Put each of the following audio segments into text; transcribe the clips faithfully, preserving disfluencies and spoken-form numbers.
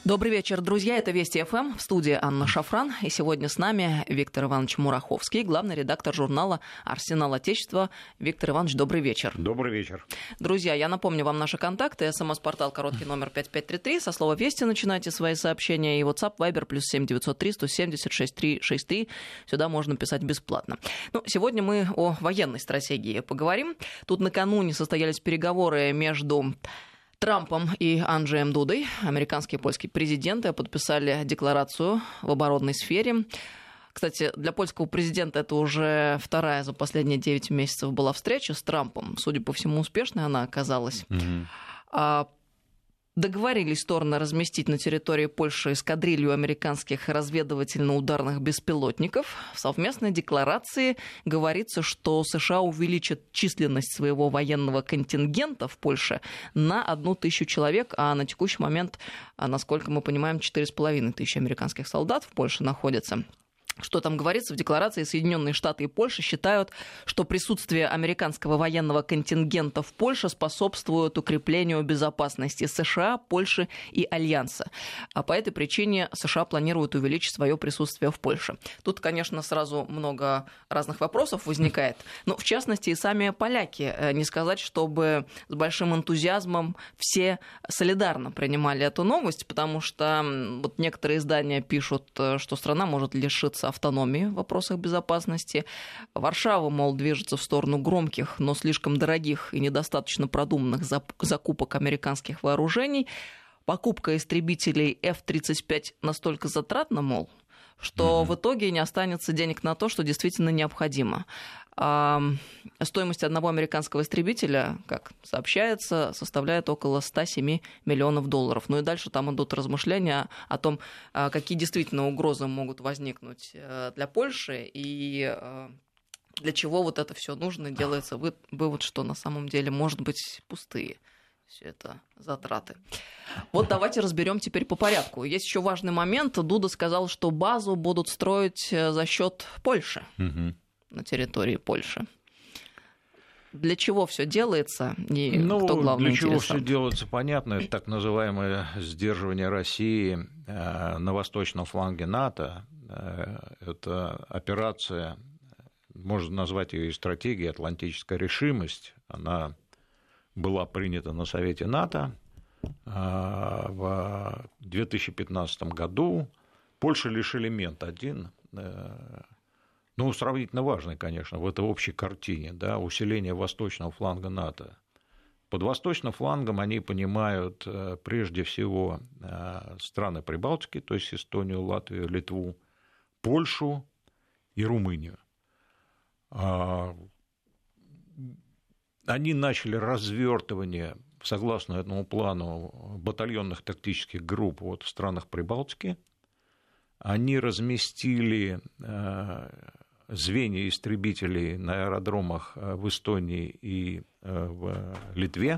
Добрый вечер, друзья. Это Вести ФМ, в студии Анна Шафран. И сегодня с нами Виктор Иванович Мураховский, главный редактор журнала «Арсенал Отечества». Виктор Иванович, добрый вечер. Добрый вечер. Друзья, я напомню вам наши контакты. СМС-портал короткий номер пять пять три три. Со слова «Вести» начинайте свои сообщения. И WhatsApp, Viber, плюс семь девятьсот три сто семьдесят шестьдесят три шестьдесят три. Сюда можно писать бесплатно. Ну, сегодня мы о военной стратегии поговорим. Тут накануне состоялись переговоры между Трампом и Анджеем Дудой. Американские и польские президенты подписали декларацию в оборонной сфере. Кстати, для польского президента это уже вторая за последние девять месяцев была встреча с Трампом. Судя по всему, успешной она оказалась. Mm-hmm. Договорились стороны разместить на территории Польши эскадрилью американских разведывательно-ударных беспилотников. В совместной декларации говорится, что США увеличат численность своего военного контингента в Польше на одну тысячу человек, а на текущий момент, насколько мы понимаем, четыре с половиной тысячи американских солдат в Польше находятся. Что там говорится в декларации? Соединенные Штаты и Польша считают, что присутствие американского военного контингента в Польше способствует укреплению безопасности США, Польши и Альянса. А по этой причине США планируют увеличить свое присутствие в Польше. Тут, конечно, сразу много разных вопросов возникает. Но, в частности, и сами поляки. Не сказать, чтобы с большим энтузиазмом все солидарно принимали эту новость, потому что вот некоторые издания пишут, что страна может лишиться автономии в вопросах безопасности. Варшава, мол, движется в сторону громких, но слишком дорогих и недостаточно продуманных закупок американских вооружений. Покупка истребителей эф тридцать пять настолько затратна, мол, что mm-hmm. в итоге не останется денег на то, что действительно необходимо. А стоимость одного американского истребителя, как сообщается, составляет около сто семь миллионов долларов. Ну и дальше там идут размышления о том, какие действительно угрозы могут возникнуть для Польши и для чего вот это все нужно. Делается вывод, что на самом деле, может быть, пустые все это затраты. Вот давайте разберем теперь по порядку. Есть еще важный момент. Дуда сказал, что базу будут строить за счет Польши. Mm-hmm. На территории Польши. Для чего все делается? И ну, кто главный для чего интересант? все делается, понятно. Это так называемое сдерживание России на восточном фланге НАТО. Это операция, можно назвать ее и стратегией, атлантическая решимость. Она была принята на Совете НАТО в две тысячи пятнадцатом году. Польша лишь элемент один. Ну, сравнительно важный, конечно, в этой общей картине, да, усиление восточного фланга НАТО. Под восточным флангом они понимают прежде всего страны Прибалтики, то есть Эстонию, Латвию, Литву, Польшу и Румынию. Они начали развертывание, согласно этому плану, батальонных тактических групп вот в странах Прибалтики. Они разместили звенья истребителей на аэродромах в Эстонии и в Литве.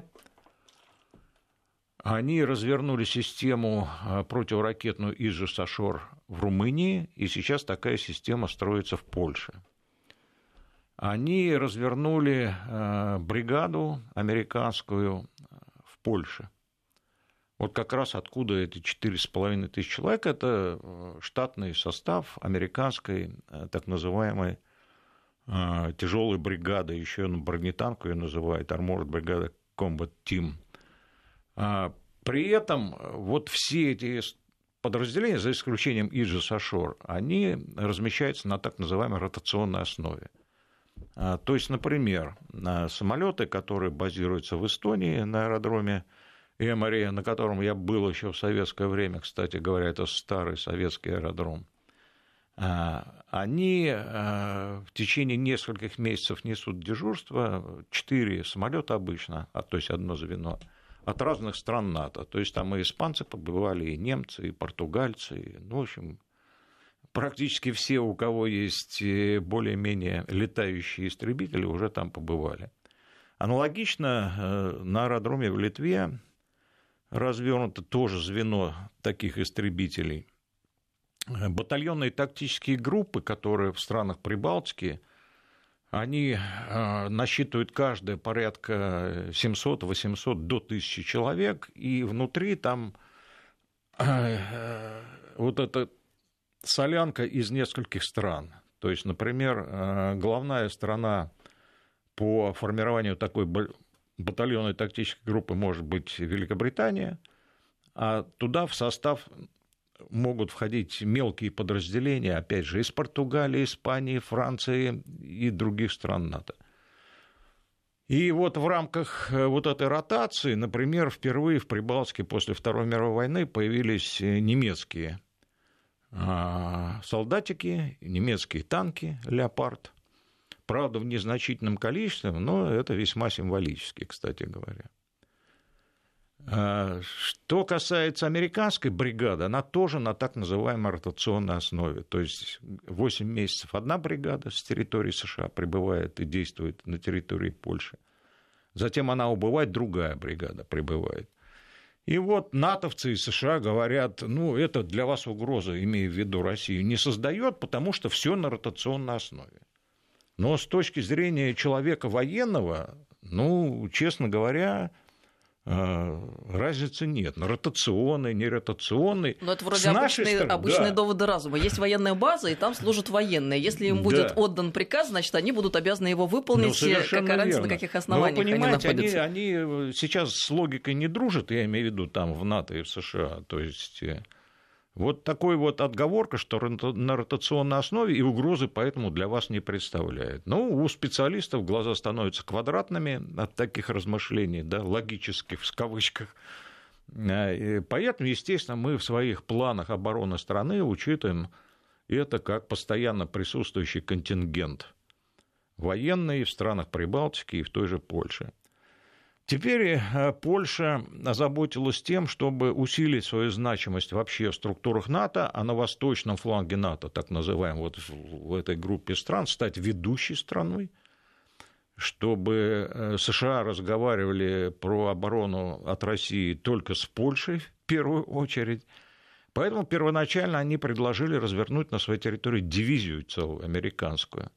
Они развернули систему противоракетную Иджус-Ашор в Румынии, и сейчас такая система строится в Польше. Они развернули бригаду американскую в Польше. Вот как раз откуда эти четыре с половиной тысячи человек, это штатный состав американской так называемой тяжелой бригады, еще бронетанку ее называют, Armored Brigade Combat Team. При этом вот все эти подразделения, за исключением Иджус-Ашор, они размещаются на так называемой ротационной основе. То есть, например, самолеты, которые базируются в Эстонии на аэродроме Эмори, на котором я был еще в советское время, кстати говоря, это старый советский аэродром, они в течение нескольких месяцев несут дежурство, четыре самолета обычно, а то есть одно звено, от разных стран НАТО. То есть там и испанцы побывали, и немцы, и португальцы, и, ну, в общем, практически все, у кого есть более-менее летающие истребители, уже там побывали. Аналогично на аэродроме в Литве развернуто тоже звено таких истребителей. Батальонные тактические группы, которые в странах Прибалтики, они насчитывают каждая порядка семьсот, восемьсот, до тысячи человек, и внутри там вот эта солянка из нескольких стран. То есть, например, главная страна по формированию такой батальонной тактической группы может быть Великобритания, а туда в состав могут входить мелкие подразделения, опять же, из Португалии, Испании, Франции и других стран НАТО. И вот в рамках вот этой ротации, например, впервые в Прибалтике после Второй мировой войны появились немецкие солдатики, немецкие танки «Леопард». Правда, в незначительном количестве, но это весьма символически, кстати говоря. Что касается американской бригады, она тоже на так называемой ротационной основе. То есть восемь месяцев одна бригада с территории США прибывает и действует на территории Польши. Затем она убывает, другая бригада прибывает. И вот натовцы из США говорят, ну, это для вас угроза, имея в виду Россию, не создает, потому что все на ротационной основе. Но с точки зрения человека военного, ну, честно говоря, разницы нет. Ротационный, не ротационный. Но это вроде обычные, стороны, обычные да. доводы разума. Есть военная база, и там служат военные. Если им будет да. отдан приказ, значит, они будут обязаны его выполнить. Ну, какая разница, на каких основаниях они находятся. Они, они сейчас с логикой не дружат, я имею в виду там в НАТО и в США. То есть вот такой вот отговорка, что на ротационной основе, и угрозы поэтому для вас не представляет. Ну, у специалистов глаза становятся квадратными от таких размышлений, да, логических в кавычках. Поэтому, естественно, мы в своих планах обороны страны учитываем это как постоянно присутствующий контингент военный в странах Прибалтики и в той же Польше. Теперь Польша озаботилась тем, чтобы усилить свою значимость вообще в структурах НАТО, а на восточном фланге НАТО, так называемом, вот в этой группе стран, стать ведущей страной, чтобы США разговаривали про оборону от России только с Польшей в первую очередь. Поэтому первоначально они предложили развернуть на своей территории дивизию целую американскую.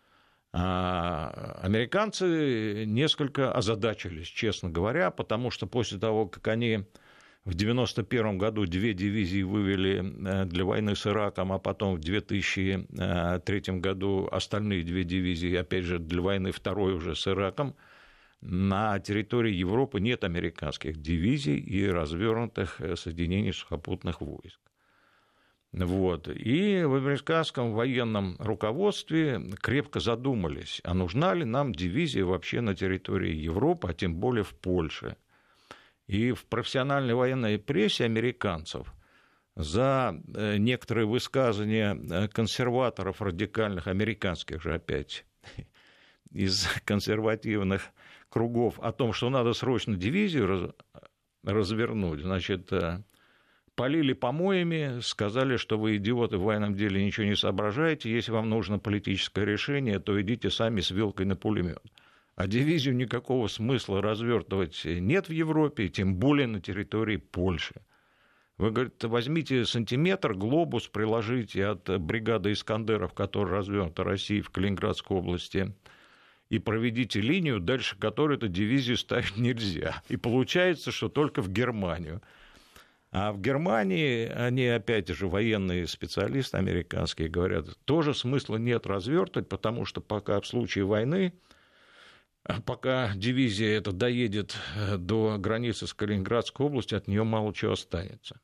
А американцы несколько озадачились, честно говоря, потому что после того, как они в девяносто первом году две дивизии вывели для войны с Ираком, а потом в две тысячи третьем году остальные две дивизии, опять же, для войны второй уже с Ираком, на территории Европы нет американских дивизий и развернутых соединений сухопутных войск. Вот. И в американском военном руководстве крепко задумались, а нужна ли нам дивизия вообще на территории Европы, а тем более в Польше. И в профессиональной военной прессе американцев за некоторые высказывания консерваторов радикальных, американских же опять, из консервативных кругов, о том, что надо срочно дивизию развернуть, значит, полили помоями, сказали, что вы, идиоты, в военном деле ничего не соображаете, если вам нужно политическое решение, то идите сами с вилкой на пулемет. А дивизию никакого смысла развертывать нет в Европе, тем более на территории Польши. Вы, говорите, возьмите сантиметр, глобус, приложите от бригады Искандеров, которая развернута Россией в Калининградской области, и проведите линию, дальше которой эту дивизию ставить нельзя. И получается, что только в Германию. А в Германии, они, опять же, военные специалисты американские говорят, тоже смысла нет развертывать, потому что пока в случае войны, пока дивизия эта доедет до границы с Калининградской областью, от нее мало чего останется.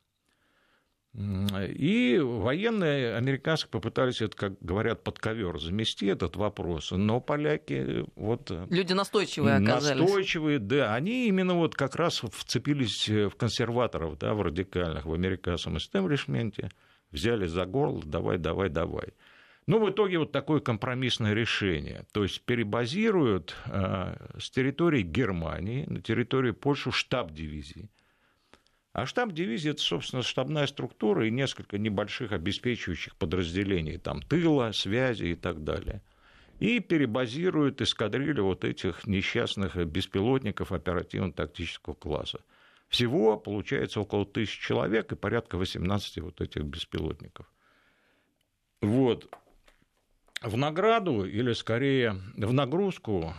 И военные американские попытались это, как говорят, под ковер замести этот вопрос, но поляки вот... Люди настойчивые оказались. Настойчивые, да. Они именно вот как раз вцепились в консерваторов, да, в радикальных, в американском истеблишменте, взяли за горло, давай, давай, давай. Ну, в итоге вот такое компромиссное решение. То есть перебазируют э, с территории Германии на территорию Польши штаб дивизии. А штаб дивизии – это, собственно, штабная структура и несколько небольших обеспечивающих подразделений, там, тыла, связи и так далее. И перебазируют эскадрилью вот этих несчастных беспилотников оперативно-тактического класса. Всего получается около тысячи человек и порядка восемнадцати вот этих беспилотников. Вот. В награду, или скорее в нагрузку,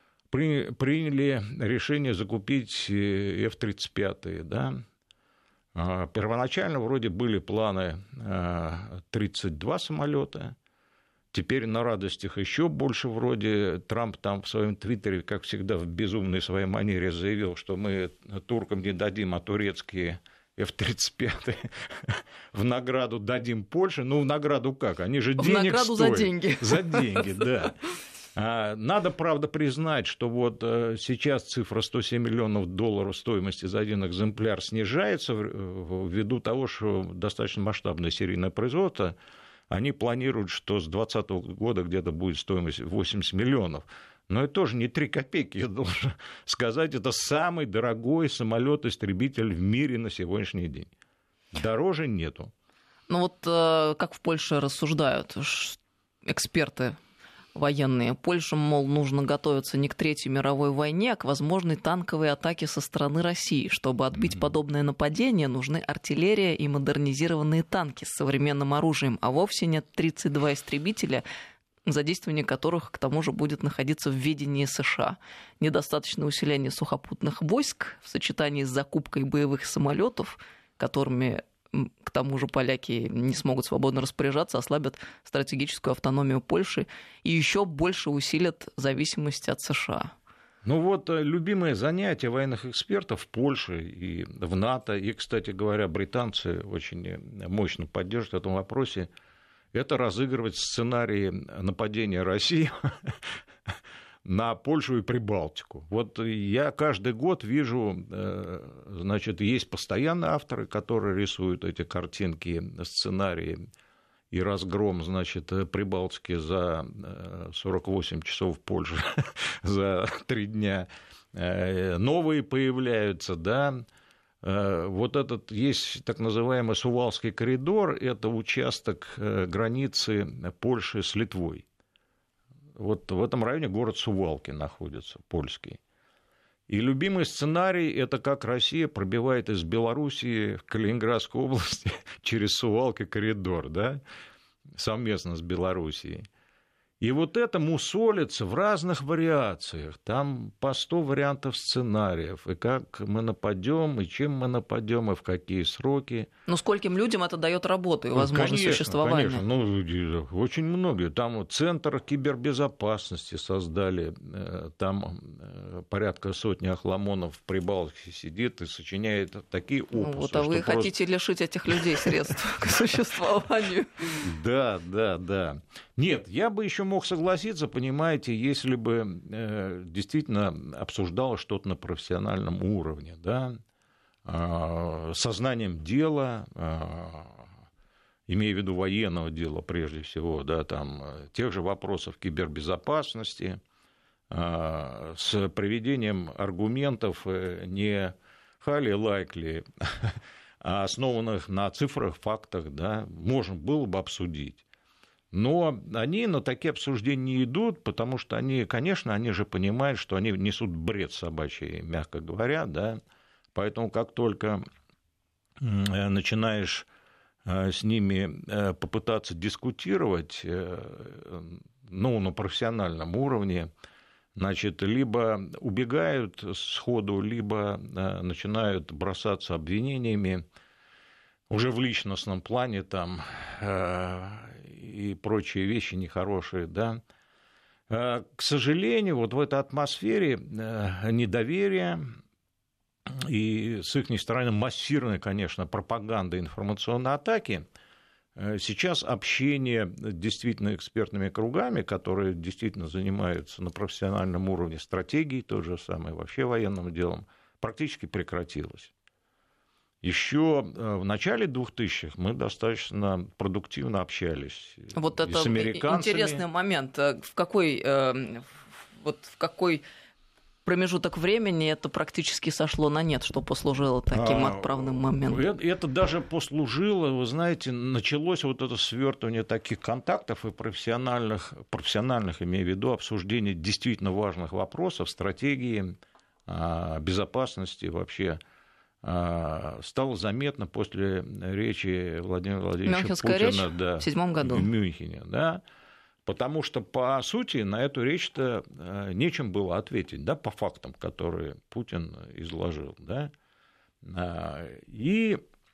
приняли решение закупить эф тридцать пять, да, Первоначально вроде были планы тридцать два самолета. Теперь на радостях еще больше. Вроде Трамп там в своем твиттере, как всегда, в безумной своей манере заявил, что мы туркам не дадим, а турецкие эф тридцать пять в награду дадим Польше. Ну, в награду как? Они же денег стоят. В награду за деньги. За деньги, да. Надо, правда, признать, что вот сейчас цифра сто семь миллионов долларов стоимости за один экземпляр снижается ввиду того, что достаточно масштабное серийное производство. Они планируют, что с две тысячи двадцатого года где-то будет стоимость восемьдесят миллионов. Но это тоже не три копейки, я должен сказать. Это самый дорогой самолет-истребитель в мире на сегодняшний день. Дороже нету. Ну вот как в Польше рассуждают эксперты военные. Польше, мол, нужно готовиться не к Третьей мировой войне, а к возможной танковой атаке со стороны России. Чтобы отбить mm-hmm. подобное нападение, нужны артиллерия и модернизированные танки с современным оружием, а вовсе нет тридцать два истребителя, задействование которых, к тому же, будет находиться в ведении США. Недостаточное усиление сухопутных войск в сочетании с закупкой боевых самолетов, которыми к тому же поляки не смогут свободно распоряжаться, ослабят стратегическую автономию Польши и еще больше усилят зависимость от США. Ну вот любимое занятие военных экспертов в Польше и в НАТО, и, кстати говоря, британцы очень мощно поддерживают в этом вопросе, это разыгрывать сценарии нападения России на Польшу и Прибалтику. Вот я каждый год вижу, значит, есть постоянные авторы, которые рисуют эти картинки, сценарии и разгром, значит, Прибалтики за сорок восемь часов Польши, за три дня. Новые появляются, да. Вот этот есть так называемый Сувалский коридор, это участок границы Польши с Литвой. Вот в этом районе город Сувалки находится, польский. И любимый сценарий – это как Россия пробивает из Белоруссии в Калининградскую область через Сувалки коридор, да, совместно с Белоруссией. И вот это мусолится в разных вариациях. Там по сто вариантов сценариев. И как мы нападем, и чем мы нападем, и в какие сроки. Ну, скольким людям это дает работу и возможность конечно, существования? Конечно, ну, очень многие. Там Центр кибербезопасности создали. Там порядка сотни охламонов в Прибалтике сидит и сочиняет такие опусы. Ну, вот, а вы просто... хотите лишить этих людей средств к существованию? Да, да, да. Нет, я бы еще мог согласиться, понимаете, если бы э, действительно обсуждалось что-то на профессиональном уровне, да, э, сознанием дела, э, имея в виду военного дела прежде всего, да, там, тех же вопросов кибербезопасности, э, с приведением аргументов э, не highly-likely, а основанных на цифрах, фактах, да, можно было бы обсудить. Но они на такие обсуждения не идут, потому что они, конечно, они же понимают, что они несут бред собачий, мягко говоря, да. Поэтому как только начинаешь с ними попытаться дискутировать, ну, на профессиональном уровне, значит, либо убегают сходу, либо начинают бросаться обвинениями уже в личностном плане там и прочие вещи нехорошие, да. К сожалению, вот в этой атмосфере недоверия и с их стороны массированной, конечно, пропаганда, информационной атаки, сейчас общение действительно экспертными кругами, которые действительно занимаются на профессиональном уровне стратегией, то же самое, вообще военным делом, практически прекратилось. Еще в начале двухтысячных мы достаточно продуктивно общались вот это с американцами. Интересный момент. В какой, вот в какой промежуток времени это практически сошло на нет, что послужило таким отправным моментом? Это, это даже послужило, вы знаете, началось вот это свертывание таких контактов и профессиональных, профессиональных, имею в виду, обсуждение действительно важных вопросов, стратегии, безопасности вообще. Стало заметно после речи Владимира Владимировича Мюнхенская Путина речь да, в седьмом году. В Мюнхене, да, потому что, по сути, на эту речь-то нечем было ответить, да, по фактам, которые Путин изложил, да, и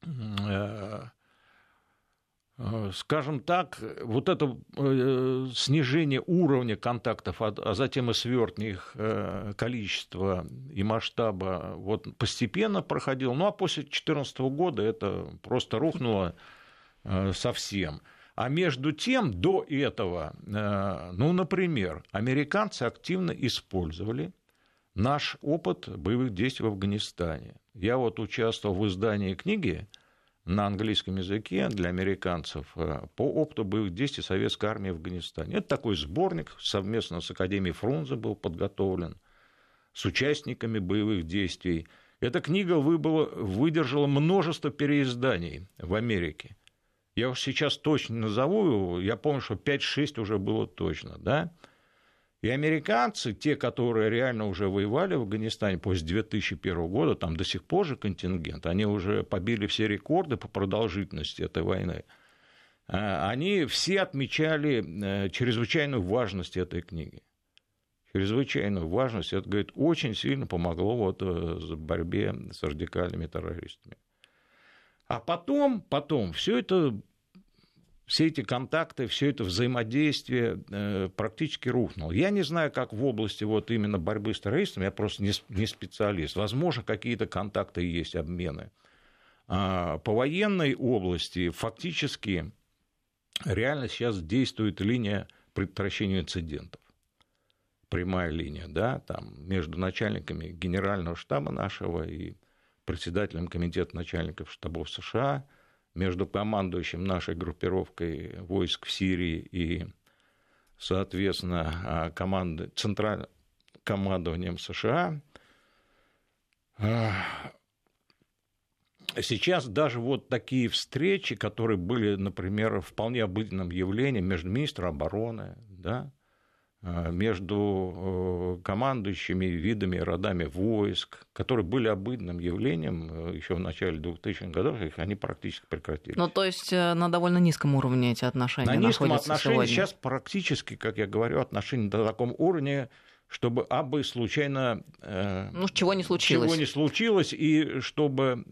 скажем так, вот это снижение уровня контактов, а затем и свертни их количества и масштаба вот постепенно проходило. Ну, а после две тысячи четырнадцатого года это просто рухнуло совсем. А между тем, до этого, ну, например, американцы активно использовали наш опыт боевых действий в Афганистане. Я вот участвовал в издании книги на английском языке для американцев по опыту боевых действий советской армии в Афганистане. Это такой сборник, совместно с Академией Фрунзе был подготовлен, с участниками боевых действий. Эта книга выдержала множество переизданий в Америке. Я уж сейчас точно назову, я помню, что пять-шесть уже было точно, да? И американцы, те, которые реально уже воевали в Афганистане после две тысячи первого года, там до сих пор же контингент, они уже побили все рекорды по продолжительности этой войны, они все отмечали чрезвычайную важность этой книги. Чрезвычайную важность, это, говорит, очень сильно помогло вот в борьбе с радикальными террористами. А потом, потом все это... Все эти контакты, все это взаимодействие э, практически рухнуло. Я не знаю, как в области вот именно борьбы с террористами, я просто не, не специалист. Возможно, какие-то контакты есть, обмены. А по военной области фактически реально сейчас действует линия предотвращения инцидентов. Прямая линия, да, там, между начальниками генерального штаба нашего и председателем комитета начальников штабов США, между командующим нашей группировкой войск в Сирии и, соответственно, команды, центральным командованием США. Сейчас даже вот такие встречи, которые были, например, вполне обыденным явлением между министром обороны, да, между командующими видами и родами войск, которые были обыденным явлением еще в начале двухтысячных годов, их они практически прекратились. Ну, то есть на довольно низком уровне эти отношения на находятся низком отношении сегодня. Сейчас практически, как я говорю, отношения на таком уровне, чтобы абы случайно... Ну, чего не случилось. Чего не случилось, и чтобы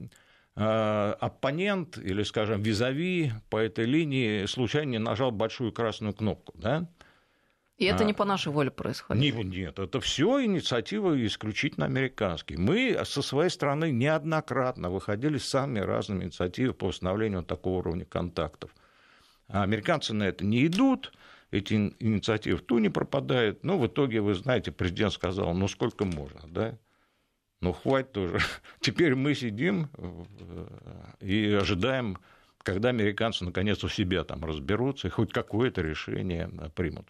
оппонент или, скажем, визави по этой линии случайно не нажал большую красную кнопку, да? И это не по нашей воле происходит? Нет, нет, это все инициативы исключительно американские. Мы со своей стороны неоднократно выходили с самыми разными инициативами по установлению такого уровня контактов. А американцы на это не идут, эти инициативы в туне пропадают. Но в итоге, вы знаете, президент сказал, ну сколько можно, да? Ну хватит тоже. Теперь мы сидим и ожидаем, когда американцы наконец у себя там разберутся и хоть какое-то решение примут.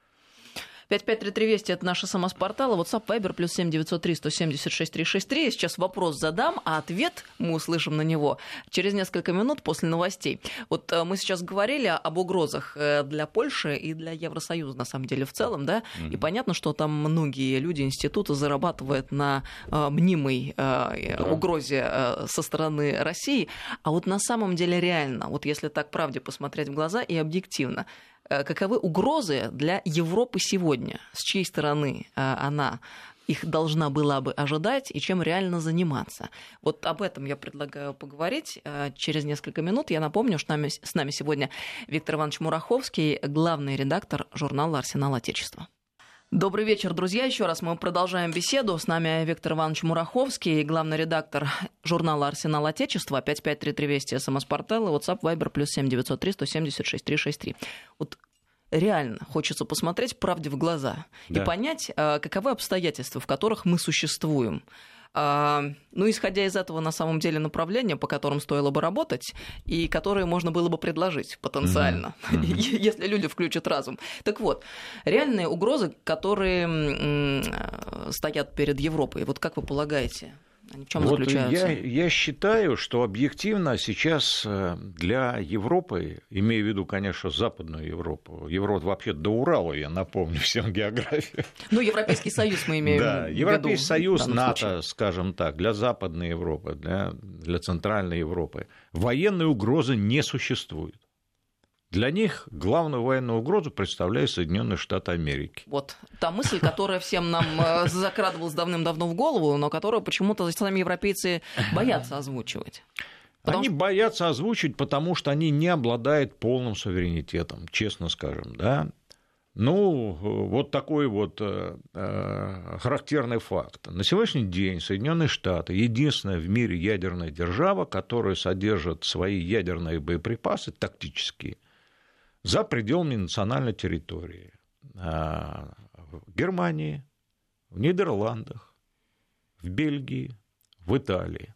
пять пять три три Вести — это наши СМС-порталы. WhatsApp, Viber, плюс семь девятьсот три сто семьдесят шесть триста шестьдесят три. Сейчас вопрос задам, а ответ мы услышим на него через несколько минут после новостей. Вот мы сейчас говорили об угрозах для Польши и для Евросоюза, на самом деле, в целом, да? Mm-hmm. И понятно, что там многие люди, институты зарабатывают на э, мнимой э, yeah. угрозе э, со стороны России. А вот на самом деле реально, вот если так правде посмотреть в глаза и объективно, каковы угрозы для Европы сегодня? С чьей стороны она их должна была бы ожидать и чем реально заниматься? Вот об этом я предлагаю поговорить через несколько минут. Я напомню, что с нами сегодня Виктор Иванович Мураховский, главный редактор журнала «Арсенал Отечества». Добрый вечер, друзья. Еще раз мы продолжаем беседу. С нами Виктор Иванович Мураховский, главный редактор журнала «Арсенал Отечества». пять пять три три Вести, СМС-порталы, WhatsApp, Viber, плюс семь девятьсот три сто семьдесят шесть триста шестьдесят три. Вот реально хочется посмотреть правде в глаза, да, и понять, каковы обстоятельства, в которых мы существуем. Ну, исходя из этого, на самом деле, направления, по которым стоило бы работать, и которые можно было бы предложить потенциально, mm-hmm. Mm-hmm. если люди включат разум. Так вот, реальные угрозы, которые стоят перед Европой, вот как вы полагаете, они в чем вот заключаются? Я, я считаю, что объективно сейчас для Европы, имея в виду, конечно, Западную Европу, Европа вообще до Урала, я напомню, всем географию. Ну, Европейский Союз мы имеем да, в виду. Европейский Союз, НАТО, случае. скажем так, для Западной Европы, для, для Центральной Европы, военной угрозы не существует. Для них главную военную угрозу представляют Соединенные Штаты Америки. Вот та мысль, которая всем нам закрадывалась давным-давно в голову, но которую почему-то сами европейцы боятся озвучивать. Потому они что... боятся озвучить, потому что они не обладают полным суверенитетом, честно скажем, да. Ну, вот такой вот э, характерный факт. На сегодняшний день Соединенные Штаты единственная в мире ядерная держава, которая содержит свои ядерные боеприпасы тактические за пределами национальной территории. В Германии, в Нидерландах, в Бельгии, в Италии.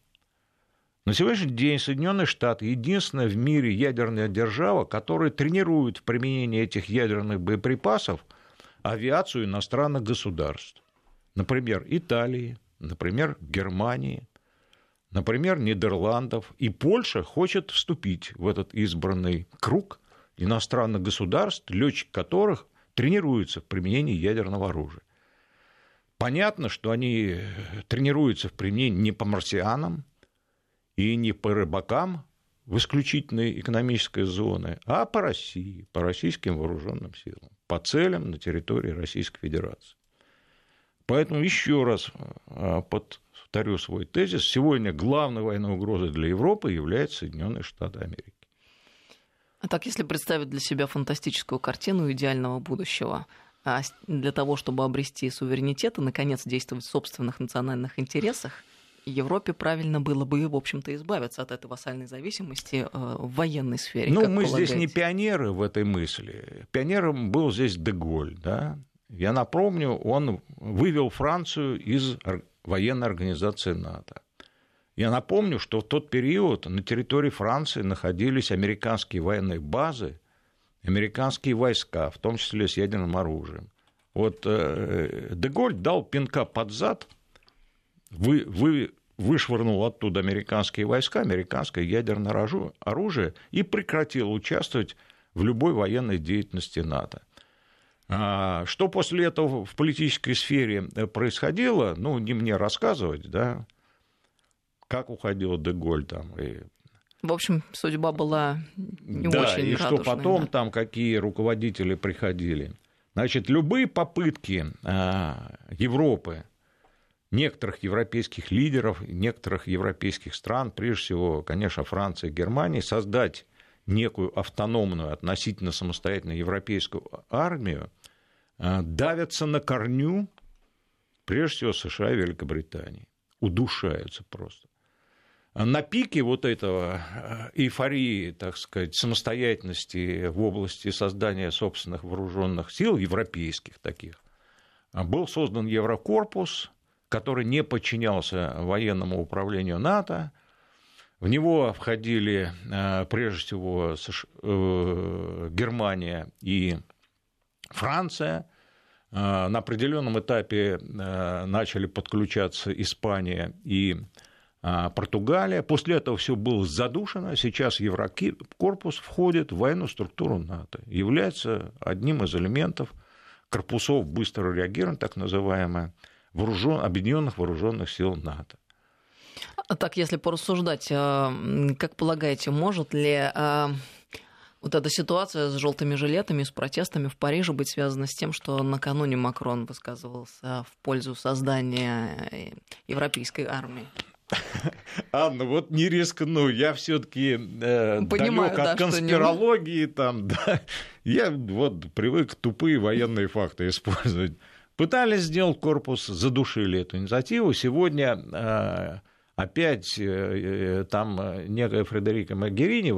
На сегодняшний день Соединенные Штаты единственная в мире ядерная держава, которая тренирует в применении этих ядерных боеприпасов авиацию иностранных государств. Например, Италии, например, Германии, например, Нидерландов. И Польша хочет вступить в этот избранный круг иностранных государств, летчики которых тренируются в применении ядерного оружия. Понятно, что они тренируются в применении не по марсианам, и не по рыбакам в исключительной экономической зоне, а по России, по российским вооруженным силам, по целям на территории Российской Федерации. Поэтому еще раз повторю свой тезис. Сегодня главной военной угрозой для Европы являются Соединенные Штаты Америки. А так, если представить для себя фантастическую картину идеального будущего, для того, чтобы обрести суверенитет и, наконец, действовать в собственных национальных интересах, Европе правильно было бы, в общем-то, избавиться от этой вассальной зависимости в военной сфере. Ну, мы здесь не пионеры в этой мысли. Пионером был здесь де Голль. Да? Я напомню, он вывел Францию из военной организации НАТО. Я напомню, что в тот период на территории Франции находились американские военные базы, американские войска, в том числе с ядерным оружием. Вот де Голль дал пинка под зад, Вы, вы вышвырнул оттуда американские войска, американское ядерное оружие и прекратил участвовать в любой военной деятельности НАТО. Что после этого в политической сфере происходило, ну, не мне рассказывать, да, как уходил де Голль там. И... В общем, судьба была не да, очень и радужной, что потом да. Там какие руководители приходили. Значит, любые попытки Европы, некоторых европейских лидеров, некоторых европейских стран, прежде всего, конечно, Франции и Германии, создать некую автономную, относительно самостоятельную европейскую армию, давятся на корню, прежде всего, США и Великобритании. Удушаются просто. На пике вот этого эйфории, так сказать, самостоятельности в области создания собственных вооруженных сил, европейских таких, был создан Еврокорпус, который не подчинялся военному управлению НАТО. В него входили, прежде всего, Германия и Франция. На определенном этапе начали подключаться Испания и Португалия. После этого все было задушено. Сейчас Еврокорпус входит в военную структуру НАТО, является одним из элементов корпусов быстрого реагирования, так называемое, вооружен... Объединенных Вооруженных Сил НАТО. Так, если порассуждать, как полагаете, может ли вот эта ситуация с желтыми жилетами, с протестами в Париже быть связана с тем, что накануне Макрон высказывался в пользу создания европейской армии? Анна, вот не рискну, я все-таки э, далек да, от конспирологии, там, да. Я вот привык тупые военные факты использовать. Пытались сделать корпус, задушили эту инициативу. Сегодня э, опять э, там некая Фредерика Могерини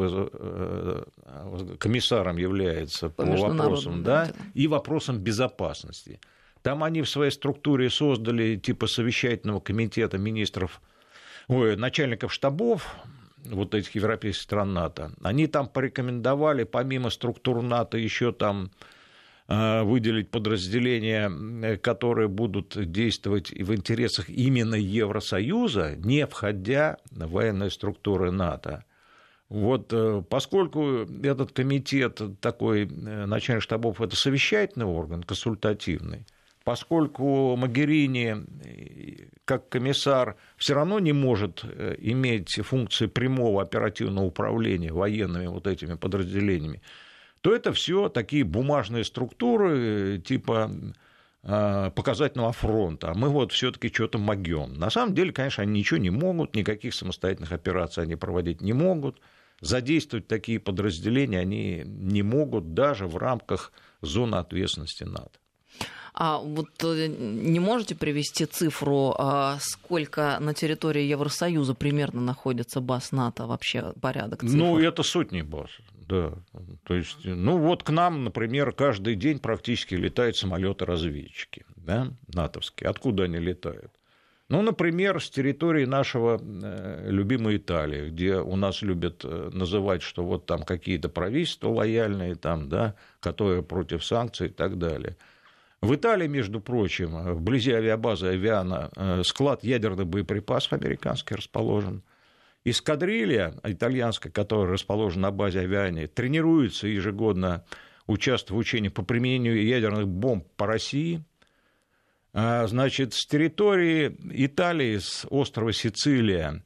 э, комиссаром является по, по вопросам, да, и вопросам безопасности. Там они в своей структуре создали типа совещательного комитета министров, ой, начальников штабов вот этих европейских стран НАТО. Они там порекомендовали, помимо структур НАТО, еще там выделить подразделения, которые будут действовать в интересах именно Евросоюза, не входя в военные структуры НАТО. Вот, поскольку этот комитет, такой начальник штабов, это совещательный орган, консультативный, поскольку Могерини, как комиссар, все равно не может иметь функции прямого оперативного управления военными вот этими подразделениями, то это все такие бумажные структуры, типа показательного фронта, а мы вот все-таки что-то могем. На самом деле, конечно, они ничего не могут, никаких самостоятельных операций они проводить не могут, задействовать такие подразделения они не могут даже в рамках зоны ответственности НАТО. А вот не можете привести цифру, сколько на территории Евросоюза примерно находится баз НАТО, вообще порядок цифр? Ну, это сотни баз, да. То есть, ну, вот к нам, например, каждый день практически летают самолеты-разведчики, да, натовские. Откуда они летают? Ну, например, с территории нашего любимой Италии, где у нас любят называть, что вот там какие-то правительства лояльные, там, да, которые против санкций и так далее. В Италии, между прочим, вблизи авиабазы Авиана склад ядерных боеприпасов американский расположен. Эскадрилья итальянская, которая расположена на базе Авиане, тренируется ежегодно, участвуя в учениях по применению ядерных бомб по России. Значит, с территории Италии, с острова Сицилия,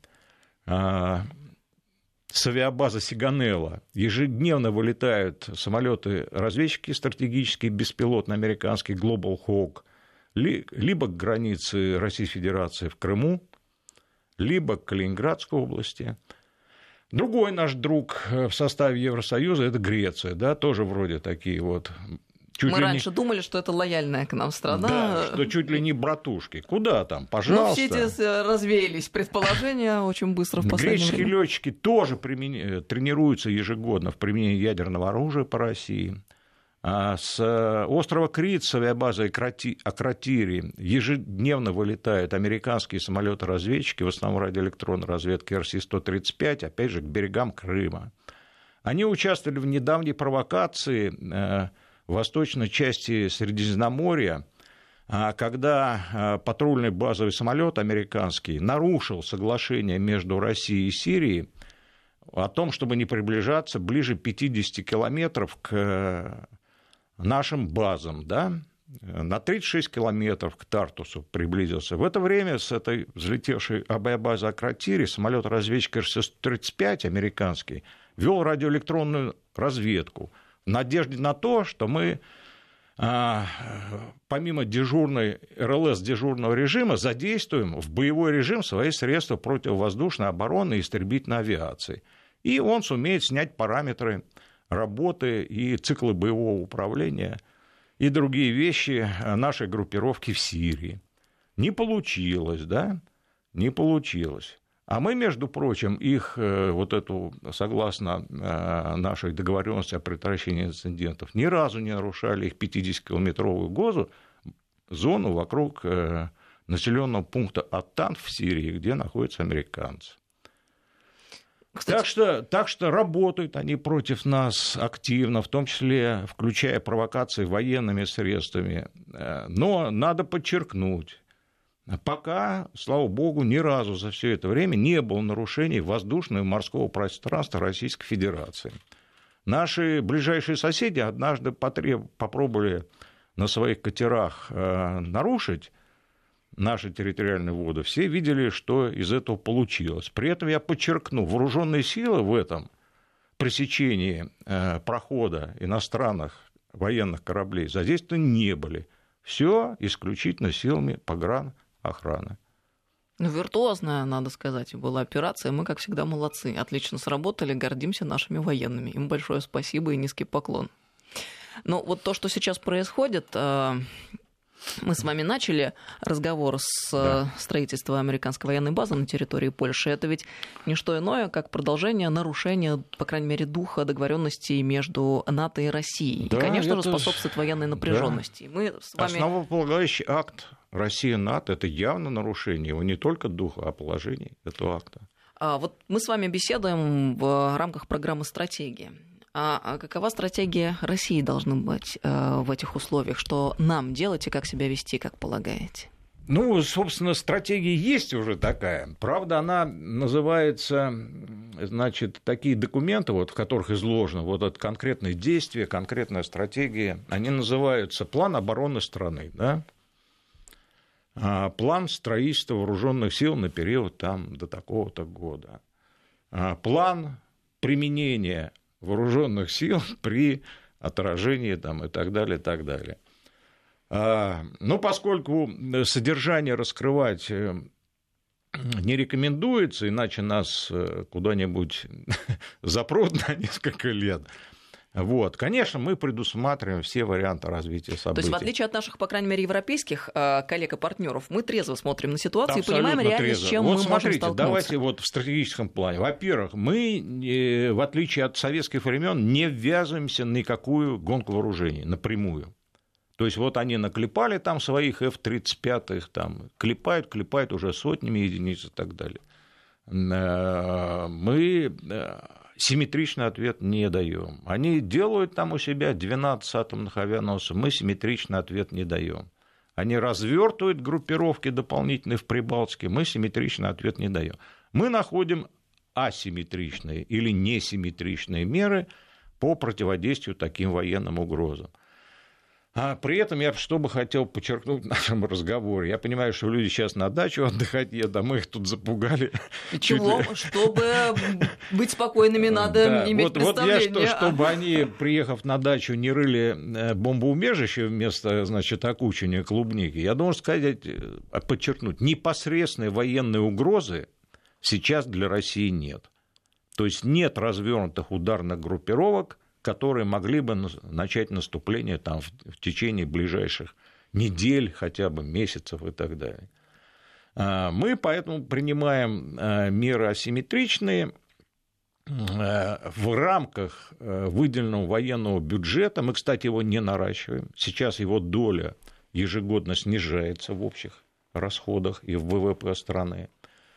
с авиабазы Сиганелла ежедневно вылетают самолеты-разведчики стратегические, беспилотные, американские Global Hawk, либо к границе Российской Федерации в Крыму, либо к Калининградской области. Другой наш друг в составе Евросоюза – это Греция, да, тоже вроде такие вот. Чуть Мы раньше не... думали, что это лояльная к нам страна. Да, что чуть ли не братушки. Куда там, пожалуйста. Но все эти развеялись предположения очень быстро в последнее Греческие время. летчики тоже примен... тренируются ежегодно в применении ядерного оружия по России. А с острова Крит, с авиабазой Акротири, ежедневно вылетают американские самолеты-разведчики, в основном радиоэлектронной разведки эр си сто тридцать пять, опять же, к берегам Крыма. Они участвовали в недавней провокации в восточной части Средиземноморья, когда патрульный базовый самолет американский нарушил соглашение между Россией и Сирией о том, чтобы не приближаться ближе пятьдесят километров к нашим базам, да? На тридцать шесть километров к Тартусу приблизился. В это время с этой взлетевшей авиабазы Акротири самолет-разведчик эр си сто тридцать пять американский вел радиоэлектронную разведку в надежде на то, что мы, помимо дежурной эр эл эс дежурного режима, задействуем в боевой режим свои средства противовоздушной обороны и истребительной авиации. И он сумеет снять параметры работы и циклы боевого управления и другие вещи нашей группировки в Сирии. Не получилось, да? Не получилось. А мы, между прочим, их, вот эту, согласно нашей договоренности о предотвращении инцидентов, ни разу не нарушали их пятидесятикилометровую зону вокруг населенного пункта Аттан в Сирии, где находятся американцы. Так что, так что работают они против нас активно, в том числе включая провокации военными средствами. Но надо подчеркнуть, пока, слава богу, ни разу за все это время не было нарушений воздушного и морского пространства Российской Федерации. Наши ближайшие соседи однажды потреб... попробовали на своих катерах нарушить наши территориальные воды, все видели, что из этого получилось. При этом я подчеркну, вооруженные силы в этом пресечении прохода иностранных военных кораблей задействованы не были. Все исключительно силами погранохраны. Ну, виртуозная, надо сказать, была операция. Мы, как всегда, молодцы. Отлично сработали, гордимся нашими военными. Им большое спасибо и низкий поклон. Но вот то, что сейчас происходит... Мы с вами начали разговор с да. строительства американской военной базы на территории Польши. Это ведь не что иное, как продолжение нарушения, по крайней мере, духа договоренностей между НАТО и Россией. Да, и, конечно же, способствует военной напряженности. Да. Мы с вами... Основополагающий акт Россия-НАТО – это явно нарушение его не только духа, а положений этого акта. А вот мы с вами беседуем в рамках программы «Стратегия». А какова стратегия России должна быть э, в этих условиях? Что нам делать и как себя вести, как полагаете? Ну, собственно, стратегия есть уже такая. Правда, она называется, значит, такие документы, вот, в которых изложено вот это конкретные действия, конкретная стратегия, они называются «План обороны страны», да? План строительства вооруженных сил на период там, до такого-то года, план применения вооруженных сил при отражении там, и так далее, и так далее. Но поскольку содержание раскрывать не рекомендуется, иначе нас куда-нибудь запрут на несколько лет. Вот. Конечно, мы предусматриваем все варианты развития событий. То есть, в отличие от наших, по крайней мере, европейских э, коллег и партнеров, мы трезво смотрим на ситуацию Абсолютно и понимаем реально, трезво. с чем вот мы смотрите, можем столкнуться. Давайте вот в стратегическом плане. Во-первых, мы, э, в отличие от советских времен, не ввязываемся в никакую гонку вооружений напрямую. То есть, вот они наклепали там своих эф тридцать пять, там, клепают, клепают уже сотнями единиц и так далее. Мы симметричный ответ не даем. Они делают там у себя двенадцать атомных авианосцев, мы симметричный ответ не даем. Они развертывают группировки дополнительные в Прибалтике, мы симметричный ответ не даем. Мы находим асимметричные или несимметричные меры по противодействию таким военным угрозам. А при этом я что бы хотел подчеркнуть в нашем разговоре. Я понимаю, что люди сейчас на дачу отдыхать едут, а мы их тут запугали. Чего? Чтобы быть спокойными, надо да, иметь вот, представление. Вот я, что, чтобы они, приехав на дачу, не рыли бомбоубежище вместо, значит, окучивания клубники, я должен сказать, подчеркнуть, непосредственной военной угрозы сейчас для России нет. То есть нет развернутых ударных группировок, которые могли бы начать наступление там, в течение ближайших недель, хотя бы месяцев и так далее. Мы поэтому принимаем меры асимметричные в рамках выделенного военного бюджета. Мы, кстати, его не наращиваем. Сейчас его доля ежегодно снижается в общих расходах и в вэ вэ пэ страны.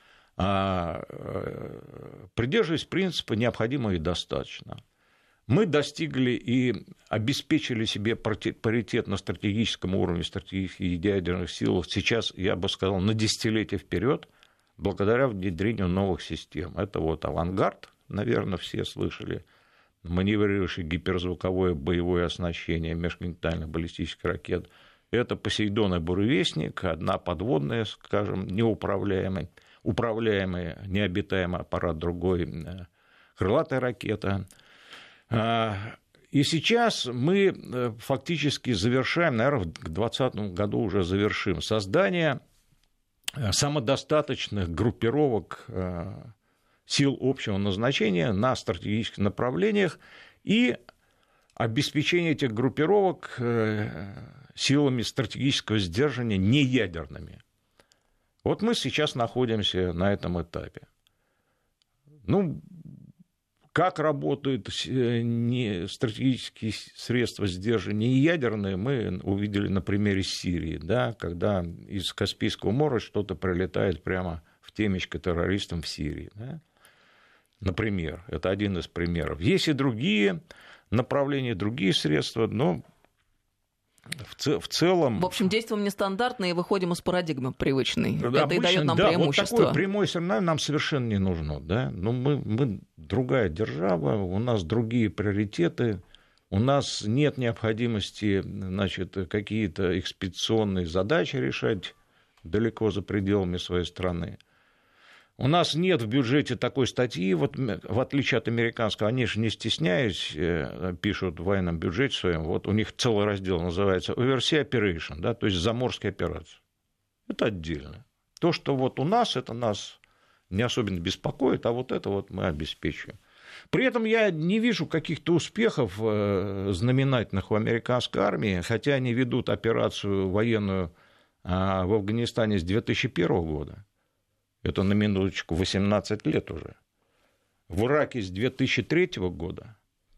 Придерживаясь принципа «необходимо и достаточно». Мы достигли и обеспечили себе паритет на стратегическом уровне, стратегических ядерных сил. Сейчас, я бы сказал, на десятилетия вперед, благодаря внедрению новых систем. Это вот «Авангард», наверное, все слышали, маневрирующий гиперзвуковое боевое оснащение межконтинентальных баллистических ракет. Это «Посейдон» и «Буревестник», одна подводная, скажем, неуправляемая, управляемый, необитаемый аппарат, другой крылатая ракета. И сейчас мы фактически завершаем, наверное, к двадцатому году уже завершим создание самодостаточных группировок сил общего назначения на стратегических направлениях и обеспечение этих группировок силами стратегического сдерживания неядерными. Вот мы сейчас находимся на этом этапе. Ну, как работают стратегические средства сдерживания и ядерные, мы увидели на примере Сирии, да, когда из Каспийского моря что-то прилетает прямо в темечко террористам в Сирии. Да. Например, это один из примеров. Есть и другие направления, другие средства, но в целом... В общем, действуем нестандартно и выходим из парадигмы привычной. Да, это обычно, и дает нам да, преимущество. Вот такое прямое соревнование нам совершенно не нужно. Да? Но мы, мы другая держава, у нас другие приоритеты, у нас нет необходимости, значит, какие-то экспедиционные задачи решать далеко за пределами своей страны. У нас нет в бюджете такой статьи, вот, в отличие от американского, они же не стесняясь пишут в военном бюджете своем, вот у них целый раздел называется Overseas Operation, да, то есть заморские операции. Это отдельно. То, что вот у нас, это нас не особенно беспокоит, а вот это вот мы обеспечиваем. При этом я не вижу каких-то успехов знаменательных у американской армии, хотя они ведут операцию военную в Афганистане с две тысячи первого года. Это на минуточку восемнадцать лет уже. В Ираке с две тысячи третьего года.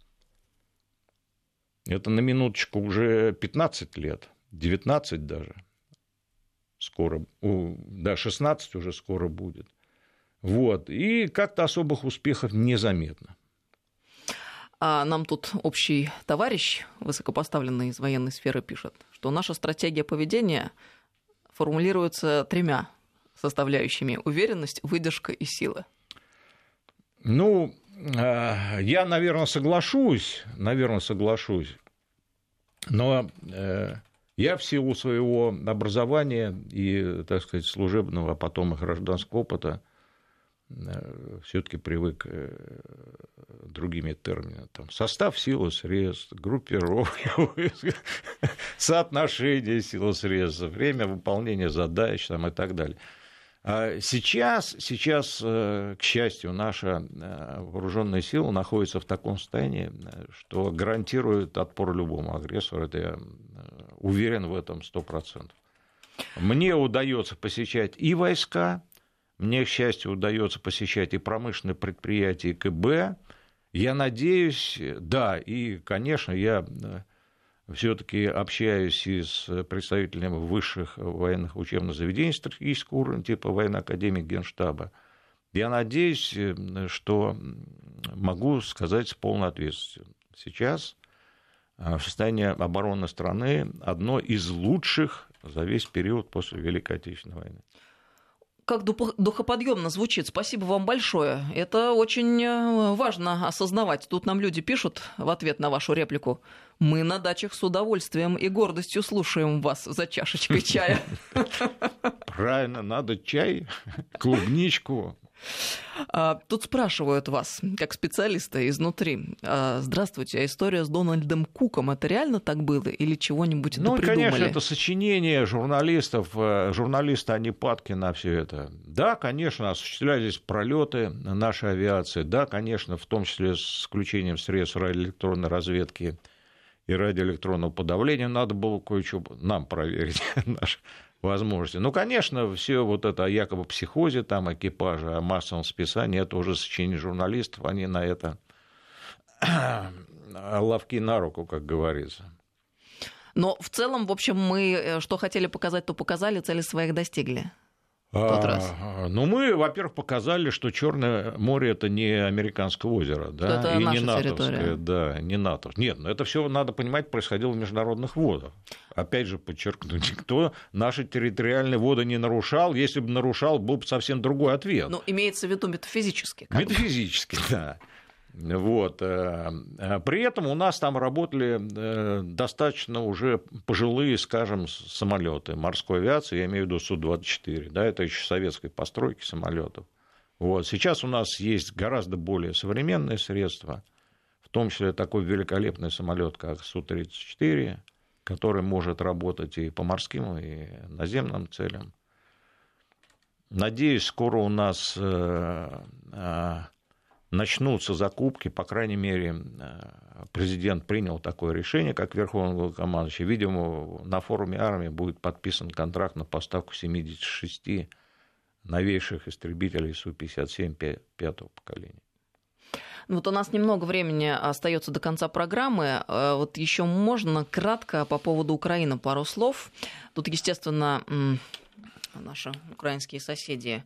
Это на минуточку уже пятнадцать лет, девятнадцать даже. Скоро, да, шестнадцать уже скоро будет. Вот. И как-то особых успехов незаметно. А нам тут общий товарищ, высокопоставленный из военной сферы, пишет, что наша стратегия поведения формулируется тремя составляющими: уверенность, выдержка и сила. Ну, я, наверное, соглашусь, наверное, соглашусь, но я в силу своего образования и, так сказать, служебного, а потом и гражданского опыта все-таки привык другими терминами. Там, состав сил и средств, группировки, соотношение сил и средств, время выполнения задач там, и так далее. Сейчас, сейчас, к счастью, наша вооруженная сила находится в таком состоянии, что гарантирует отпор любому агрессору. Это я уверен в этом сто процентов. Мне удается посещать и войска, мне, к счастью, удается посещать и промышленные предприятия, и КБ. Я надеюсь, да, и, конечно, я все-таки общаюсь и с представителями высших военных учебных заведений стратегического уровня, типа военной академии Генштаба. Я надеюсь, что могу сказать с полной ответственностью. Сейчас состояние обороны страны одно из лучших за весь период после Великой Отечественной войны. Как духоподъемно звучит. Спасибо вам большое. Это очень важно осознавать. Тут нам люди пишут в ответ на вашу реплику: мы на дачах с удовольствием и гордостью слушаем вас за чашечкой чая. Правильно, надо чай, клубничку. Тут спрашивают вас, как специалиста изнутри: здравствуйте, а история с Дональдом Куком, это реально так было или чего-нибудь ну, допридумали? Ну, конечно, это сочинение журналистов. Журналисты, они падки на все это. Да, конечно, осуществлялись пролеты нашей авиации. Да, конечно, в том числе с исключением средств радиоэлектронной разведки и радиоэлектронного подавления, надо было кое-что нам проверить, наши возможности. Ну, конечно, все вот это о якобы психозе там, экипажа, о массовом списании, это уже сочинение журналистов, они на это ловки на руку, как говорится. Но в целом, в общем, мы что хотели показать, то показали, цели своих достигли. В тот раз. Ну, мы, во-первых, показали, что Черное море это не американское озеро, да, это и наша не натовское, территория. Да, не НАТО. Нет, но это все надо понимать, происходило в международных водах. Опять же, подчеркну, никто наши территориальные воды не нарушал. Если бы нарушал, был бы совсем другой ответ. Ну, имеется в виду метафизически. Метафизически, да. Вот. При этом у нас там работали достаточно уже пожилые, скажем, самолеты морской авиации, я имею в виду Су двадцать четыре, да, это еще советской постройки самолетов. Вот. Сейчас у нас есть гораздо более современные средства, в том числе такой великолепный самолет, как Су тридцать четыре, который может работать и по морским, и наземным целям. Надеюсь, скоро у нас начнутся закупки, по крайней мере, президент принял такое решение, как верховный главнокомандующий. Видимо, на форуме армии будет подписан контракт на поставку семидесяти шести новейших истребителей Су пятьдесят семь пятого поколения. Вот у нас немного времени остается до конца программы. Вот еще можно кратко по поводу Украины пару слов. Тут, естественно, наши украинские соседи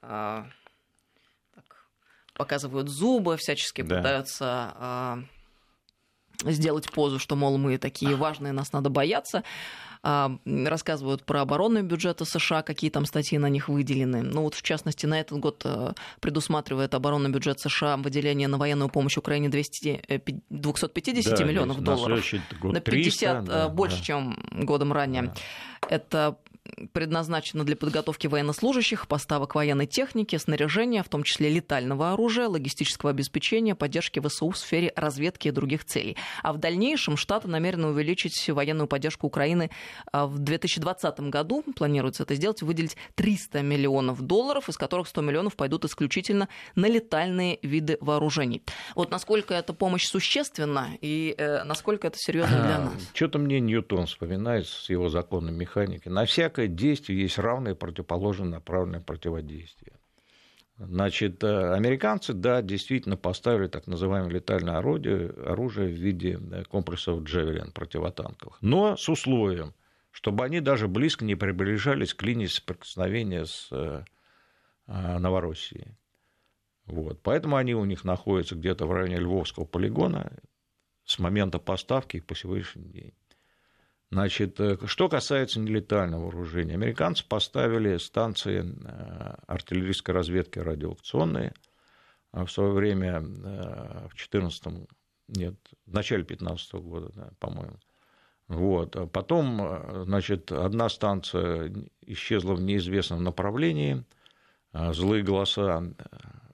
показывают зубы, всячески да. пытаются э, сделать позу, что, мол, мы такие важные, нас надо бояться. Э, рассказывают про оборонные бюджеты США, какие там статьи на них выделены. Ну вот, в частности, на этот год э, предусматривает оборонный бюджет США выделение на военную помощь Украине двести пятьдесят да, миллионов долларов. На, на пятьдесят триста, да, больше, да. чем годом ранее. Да. Это предназначено для подготовки военнослужащих, поставок военной техники, снаряжения, в том числе летального оружия, логистического обеспечения, поддержки ВСУ в сфере разведки и других целей. А в дальнейшем Штаты намерены увеличить военную поддержку Украины. В две тысячи двадцатом году, планируется это сделать, выделить триста миллионов долларов, из которых сто миллионов пойдут исключительно на летальные виды вооружений. Вот насколько эта помощь существенна и э, насколько это серьезно для нас? Что-то мне Ньютон вспоминается с его законом механики. На всякое действие есть равное и противоположное направленное противодействие. Значит, американцы, да, действительно поставили так называемое летальное орудие, оружие в виде комплексов Джавелин противотанковых, но с условием, чтобы они даже близко не приближались к линии соприкосновения с Новороссией. Вот. Поэтому они у них находятся где-то в районе Львовского полигона с момента поставки и по сегодняшний день. Значит, что касается нелетального вооружения, американцы поставили станции артиллерийской разведки радиолокационные в свое время, в четырнадцатом, нет, в начале пятнадцатого года, да, по-моему. Вот. Потом, значит, одна станция исчезла в неизвестном направлении, злые голоса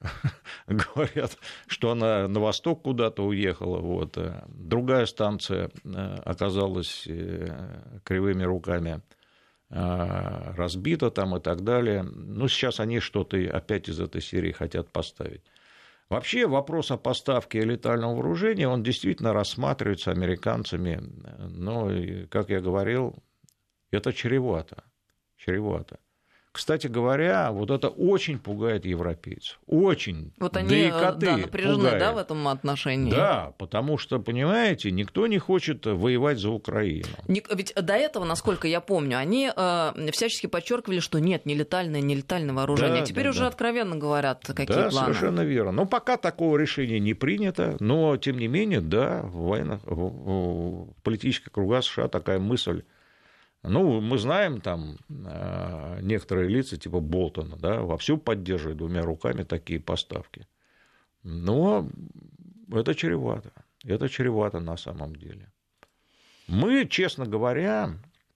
говорят, что она на восток куда-то уехала. Вот. Другая станция оказалась кривыми руками разбита там и так далее. Ну, сейчас они что-то опять из этой серии хотят поставить. Вообще вопрос о поставке летального вооружения, он действительно рассматривается американцами, но, как я говорил, это чревато, чревато. Кстати говоря, вот это очень пугает европейцев. Очень. Вот они, да и коты да, напряжены, пугает. Да, в этом отношении? Да, потому что, понимаете, никто не хочет воевать за Украину. Ведь до этого, насколько я помню, они э, всячески подчеркивали, что нет, нелетальное, нелетальное вооружение. Да, а теперь да, уже да. откровенно говорят, какие да, планы. Да, совершенно верно. Но пока такого решения не принято, но, тем не менее, да, в, военно... в политических кругах США такая мысль. Ну, мы знаем, там некоторые лица, типа Болтона, да, вовсю поддерживают двумя руками такие поставки. Но это чревато. Это чревато на самом деле. Мы, честно говоря,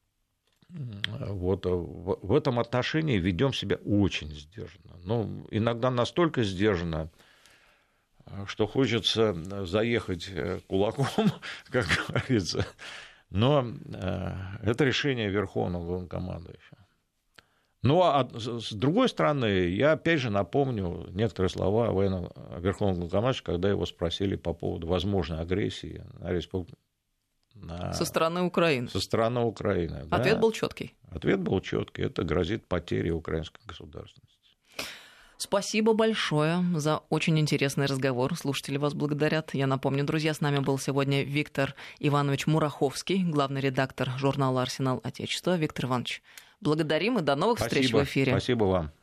вот в этом отношении ведем себя очень сдержанно. Ну, иногда настолько сдержанно, что хочется заехать кулаком, как говорится. Но это решение Верховного Главнокомандующего. Ну, а с другой стороны, я опять же напомню некоторые слова Верховного Главнокомандующего, когда его спросили по поводу возможной агрессии на республику. На... Со стороны Украины. Со стороны Украины. Ответ да. был четкий. Ответ был четкий. Это грозит потерей украинской государственности. Спасибо большое за очень интересный разговор. Слушатели вас благодарят. Я напомню, друзья, с нами был сегодня Виктор Иванович Мураховский, главный редактор журнала «Арсенал Отечества». Виктор Иванович, благодарим и до новых Спасибо. встреч в эфире. Спасибо вам.